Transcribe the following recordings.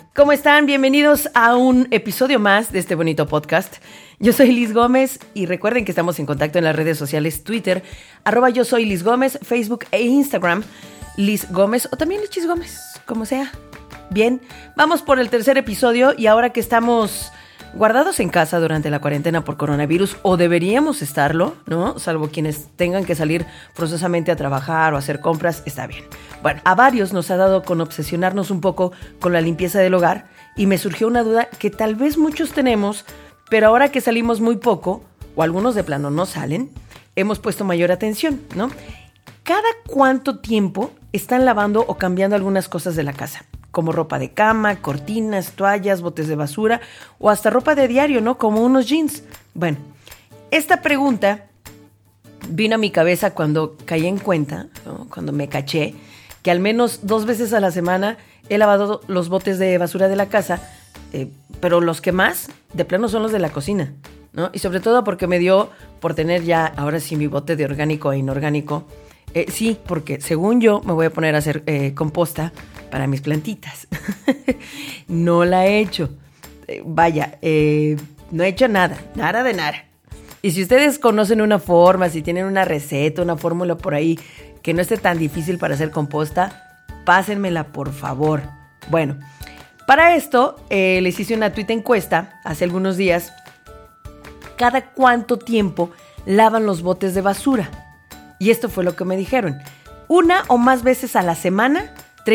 ¿Cómo están? Bienvenidos a un episodio más de este bonito podcast. Yo soy Liz Gómez y recuerden que estamos en contacto en las redes sociales Twitter, @yo soy Liz Gómez, Facebook e Instagram, Liz Gómez o también Lichis Gómez, como sea. Bien, vamos por el tercer episodio y ahora que estamos guardados en casa durante la cuarentena por coronavirus, o deberíamos estarlo, ¿no? Salvo quienes tengan que salir forzosamente a trabajar o hacer compras, está bien. Bueno, a varios nos ha dado con obsesionarnos un poco con la limpieza del hogar y me surgió una duda que tal vez muchos tenemos, pero ahora que salimos muy poco, o algunos de plano no salen, hemos puesto mayor atención, ¿no? ¿Cada cuánto tiempo están lavando o cambiando algunas cosas de la casa? Como ropa de cama, cortinas, toallas, botes de basura o hasta ropa de diario, ¿no? Como unos jeans. Bueno, esta pregunta vino a mi cabeza cuando caí en cuenta, ¿no? Cuando me caché, que al menos 2 veces a la semana he lavado los botes de basura de la casa, pero los que más, de plano, son los de la cocina, ¿no? Y sobre todo porque me dio por tener ya, ahora sí, mi bote de orgánico e inorgánico. Sí, porque según yo me voy a poner a hacer composta para mis plantitas. No la he hecho. No he hecho nada de nada. Y si ustedes conocen una forma, si tienen una receta, una fórmula por ahí que no esté tan difícil para hacer composta, pásenmela por favor. Bueno, para esto les hice una tweet encuesta hace algunos días. ¿Cada cuánto tiempo lavan los botes de basura? Y esto fue lo que me dijeron. 1 o más veces a la semana,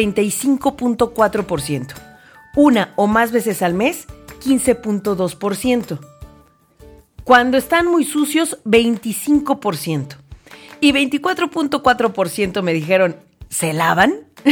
35.4%. 1 o más veces al mes, 15.2%. Cuando están muy sucios, 25%. Y 24.4% me dijeron, ¿se lavan?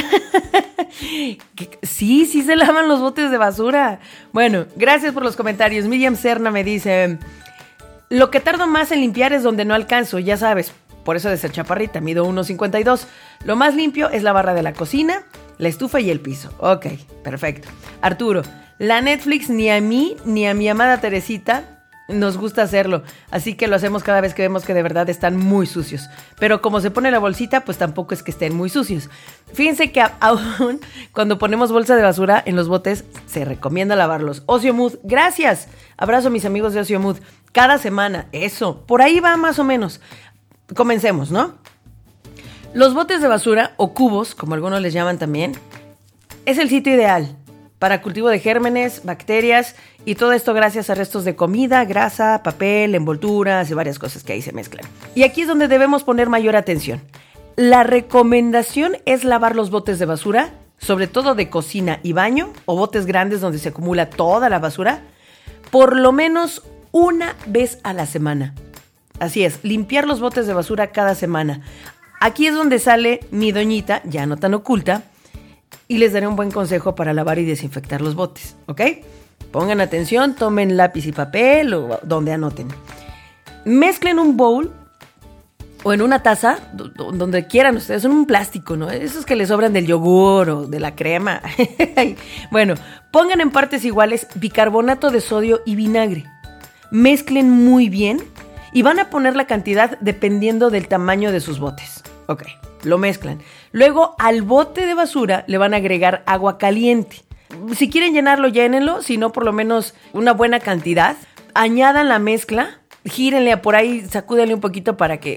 Sí se lavan los botes de basura. Bueno, gracias por los comentarios. Miriam Serna me dice, lo que tardo más en limpiar es donde no alcanzo, ya sabes. Por eso de ser chaparrita, mido 1.52. Lo más limpio es la barra de la cocina, la estufa y el piso. Ok, perfecto. Arturo, la Netflix ni a mí ni a mi amada Teresita nos gusta hacerlo. Así que lo hacemos cada vez que vemos que de verdad están muy sucios. Pero como se pone la bolsita, pues tampoco es que estén muy sucios. Fíjense que aún cuando ponemos bolsa de basura en los botes, se recomienda lavarlos. Ocio Mood, gracias. Abrazo a mis amigos de Ocio Mood. Cada semana, eso. Por ahí va más o menos. Comencemos, ¿no? Los botes de basura, o cubos, como algunos les llaman también, es el sitio ideal para cultivo de gérmenes, bacterias y todo esto gracias a restos de comida, grasa, papel, envolturas y varias cosas que ahí se mezclan. Y aquí es donde debemos poner mayor atención. La recomendación es lavar los botes de basura, sobre todo de cocina y baño, o botes grandes donde se acumula toda la basura, por lo menos 1 vez a la semana. Así es, limpiar los botes de basura cada semana. Aquí es donde sale mi doñita, ya no tan oculta, y les daré un buen consejo para lavar y desinfectar los botes, ¿ok? Pongan atención, tomen lápiz y papel o donde anoten. Mezclen un bowl o en una taza, donde quieran ustedes, en un plástico, ¿no? Esos que les sobran del yogur o de la crema. Bueno, pongan en partes iguales bicarbonato de sodio y vinagre. Mezclen muy bien. Y van a poner la cantidad dependiendo del tamaño de sus botes. Ok, lo mezclan. Luego al bote de basura le van a agregar agua caliente. Si quieren llenarlo, llénenlo. Si no, por lo menos una buena cantidad. Añadan la mezcla. Gírenle por ahí, sacúdenle un poquito para que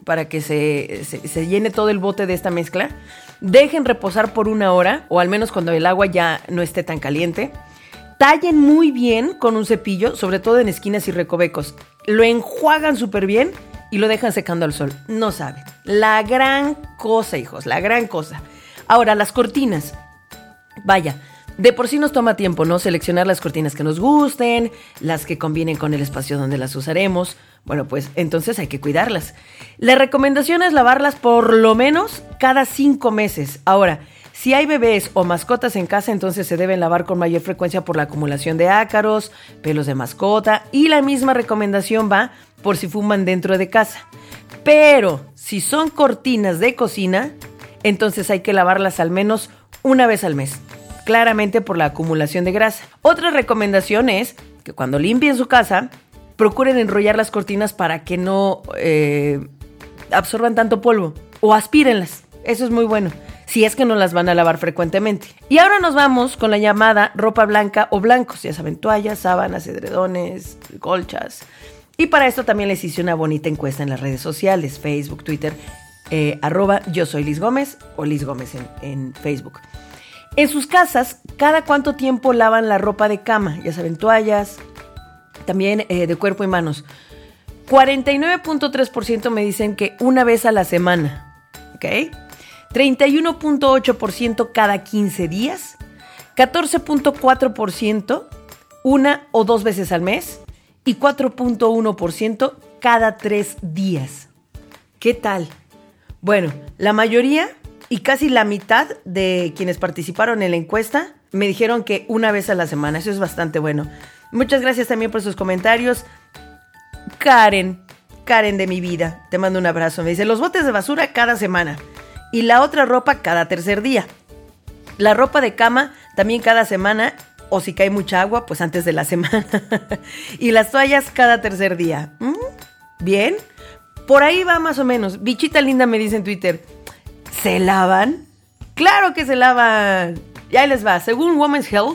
se llene todo el bote de esta mezcla. Dejen reposar por 1 hora, o al menos cuando el agua ya no esté tan caliente. Tallen muy bien con un cepillo, sobre todo en esquinas y recovecos. Lo enjuagan súper bien y lo dejan secando al sol. No saben. La gran cosa, hijos, la gran cosa. Ahora, las cortinas. Vaya, de por sí nos toma tiempo, ¿no? Seleccionar las cortinas que nos gusten, las que combinen con el espacio donde las usaremos. Bueno, pues entonces hay que cuidarlas. La recomendación es lavarlas por lo menos cada 5 meses. Ahora, si hay bebés o mascotas en casa, entonces se deben lavar con mayor frecuencia por la acumulación de ácaros, pelos de mascota, y la misma recomendación va por si fuman dentro de casa. Pero si son cortinas de cocina, entonces hay que lavarlas al menos 1 vez al mes, claramente por la acumulación de grasa. Otra recomendación es que cuando limpien su casa, procuren enrollar las cortinas para que no absorban tanto polvo, o aspírenlas. Eso es muy bueno. si es que no las van a lavar frecuentemente. Y ahora nos vamos con la llamada ropa blanca o blancos, ya saben, toallas, sábanas, edredones, colchas. Y para esto también les hice una bonita encuesta en las redes sociales, Facebook, Twitter, @yo soy Liz Gómez o Liz Gómez en Facebook. En sus casas, ¿cada cuánto tiempo lavan la ropa de cama? Ya saben, toallas, también de cuerpo y manos. 49.3% me dicen que una vez a la semana, ¿ok? 31.8% cada 15 días, 14.4% una o dos veces al mes y 4.1% cada 3 días. ¿Qué tal? Bueno, la mayoría y casi la mitad de quienes participaron en la encuesta me dijeron que una vez a la semana. Eso es bastante bueno. Muchas gracias también por sus comentarios. Karen de mi vida, te mando un abrazo. Me dice, los botes de basura cada semana y la otra ropa cada tercer día. La ropa de cama también cada semana, o si cae mucha agua, pues antes de la semana. Y las toallas cada tercer día. Bien, por ahí va más o menos. Bichita linda me dice en Twitter, ¿se lavan? ¡Claro que se lavan! Y ahí les va. Según Women's Health,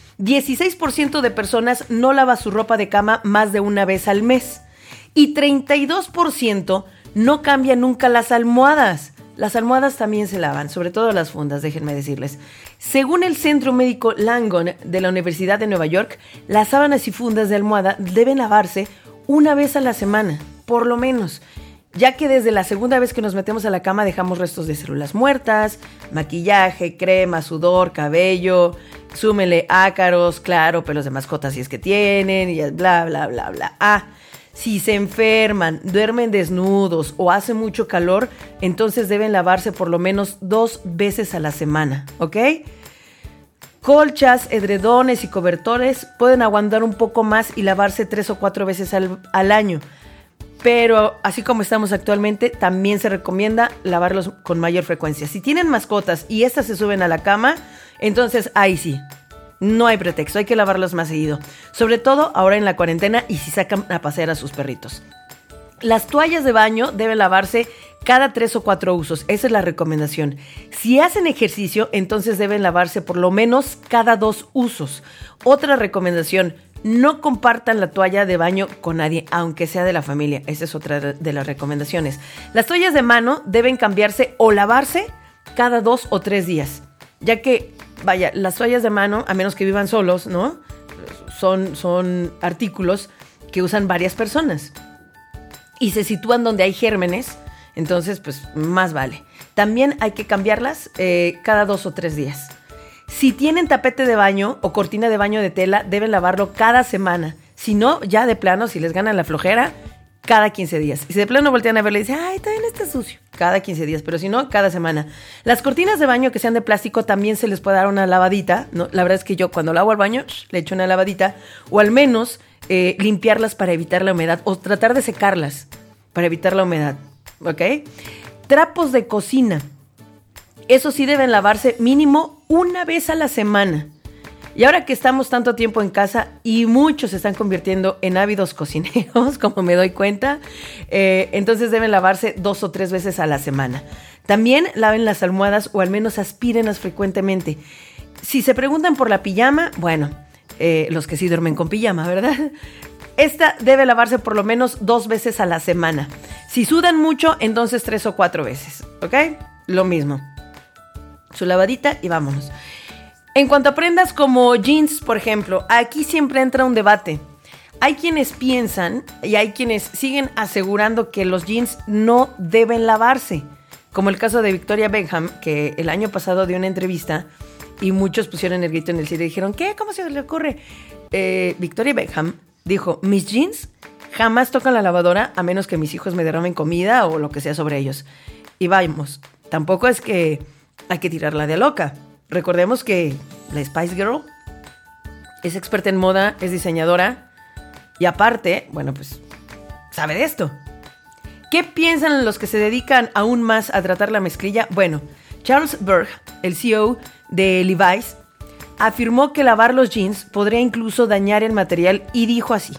16% de personas no lava su ropa de cama más de una vez al mes. Y 32% no cambia nunca las almohadas. Las almohadas también se lavan, sobre todo las fundas, déjenme decirles. Según el Centro Médico Langone de la Universidad de Nueva York, las sábanas y fundas de almohada deben lavarse una vez a la semana, por lo menos, ya que desde la segunda vez que nos metemos a la cama dejamos restos de células muertas, maquillaje, crema, sudor, cabello, súmele ácaros, claro, pelos de mascotas si es que tienen, y bla, bla, bla, bla. Si se enferman, duermen desnudos o hace mucho calor, entonces deben lavarse por lo menos 2 veces a la semana, ¿ok? Colchas, edredones y cobertores pueden aguantar un poco más y lavarse 3 o 4 veces al año. Pero así como estamos actualmente, también se recomienda lavarlos con mayor frecuencia. Si tienen mascotas y estas se suben a la cama, entonces ahí sí. No hay pretexto, hay que lavarlos más seguido. Sobre todo ahora en la cuarentena y si sacan a pasear a sus perritos. Las toallas de baño deben lavarse cada 3 o 4 usos. Esa es la recomendación. Si hacen ejercicio, entonces deben lavarse por lo menos cada 2 usos. Otra recomendación, no compartan la toalla de baño con nadie, aunque sea de la familia. Esa es otra de las recomendaciones. Las toallas de mano deben cambiarse o lavarse cada 2 o 3 días, ya que vaya, las toallas de mano, a menos que vivan solos, ¿no? Son artículos que usan varias personas. Y se sitúan donde hay gérmenes, entonces pues más vale. También hay que cambiarlas cada 2 o 3 días. Si tienen tapete de baño o cortina de baño de tela, deben lavarlo cada semana. Si no, ya de plano, si les gana la flojera, cada 15 días. Y si de plano voltean a verle y dicen, ay, todavía no está sucio. Cada 15 días, pero si no, cada semana. Las cortinas de baño que sean de plástico también se les puede dar una lavadita, ¿no? La verdad es que yo cuando lavo el baño le echo una lavadita, o al menos limpiarlas para evitar la humedad, o tratar de secarlas para evitar la humedad, ¿ok? Trapos de cocina. Eso sí deben lavarse mínimo una vez a la semana. Y ahora que estamos tanto tiempo en casa y muchos se están convirtiendo en ávidos cocineros, como me doy cuenta, entonces deben lavarse 2 o 3 veces a la semana. También laven las almohadas o al menos aspírenlas frecuentemente. Si se preguntan por la pijama, bueno, los que sí duermen con pijama, ¿verdad? Esta debe lavarse por lo menos 2 veces a la semana. Si sudan mucho, entonces 3 o 4 veces, ¿ok? Lo mismo. Su lavadita y vámonos. En cuanto a prendas como jeans, por ejemplo, aquí siempre entra un debate. Hay quienes piensan y hay quienes siguen asegurando que los jeans no deben lavarse. Como el caso de Victoria Beckham, que el año pasado dio una entrevista y muchos pusieron el grito en el cielo y dijeron, ¿qué? ¿Cómo se le ocurre? Victoria Beckham dijo, mis jeans jamás tocan la lavadora a menos que mis hijos me derramen comida o lo que sea sobre ellos. Y vamos, tampoco es que hay que tirarla de loca. Recordemos que la Spice Girl es experta en moda, es diseñadora y aparte, bueno, pues sabe de esto. ¿Qué piensan los que se dedican aún más a tratar la mezclilla? Bueno, Charles Berg, el CEO de Levi's, afirmó que lavar los jeans podría incluso dañar el material y dijo así: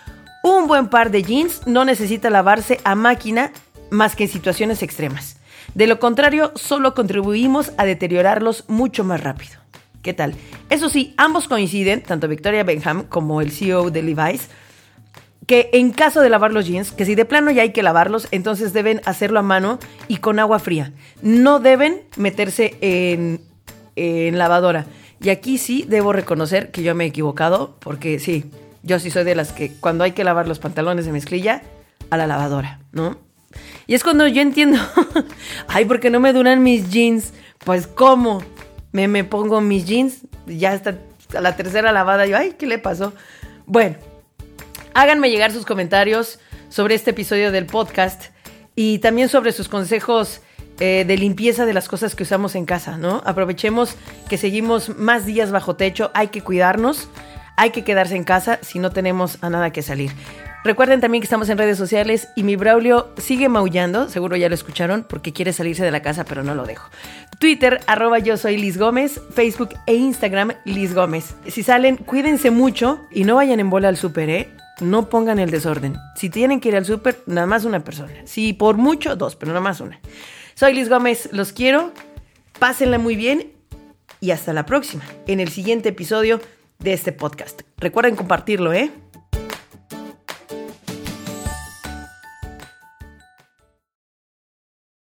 un buen par de jeans no necesita lavarse a máquina más que en situaciones extremas. De lo contrario, solo contribuimos a deteriorarlos mucho más rápido. ¿Qué tal? Eso sí, ambos coinciden, tanto Victoria Beckham como el CEO de Levi's, que en caso de lavar los jeans, que si de plano ya hay que lavarlos, entonces deben hacerlo a mano y con agua fría. No deben meterse en lavadora. Y aquí sí debo reconocer que yo me he equivocado, porque sí, yo sí soy de las que cuando hay que lavar los pantalones de mezclilla, a la lavadora, ¿no? Y es cuando yo entiendo, ay, ¿por qué no me duran mis jeans? Pues, ¿cómo? Me pongo mis jeans, ya está a la tercera lavada, yo, ay, ¿qué le pasó? Bueno, háganme llegar sus comentarios sobre este episodio del podcast y también sobre sus consejos de limpieza de las cosas que usamos en casa, ¿no? Aprovechemos que seguimos más días bajo techo, hay que cuidarnos, hay que quedarse en casa si no tenemos a nada que salir. Recuerden también que estamos en redes sociales y mi Braulio sigue maullando, seguro ya lo escucharon, porque quiere salirse de la casa, pero no lo dejo. Twitter, @yo soy Liz Gómez, Facebook e Instagram, Liz Gómez. Si salen, cuídense mucho y no vayan en bola al súper, ¿eh? No pongan el desorden. Si tienen que ir al súper, nada más una persona. Si por mucho, 2, pero nada más una. Soy Liz Gómez, los quiero, pásenla muy bien y hasta la próxima, en el siguiente episodio de este podcast. Recuerden compartirlo, ¿eh?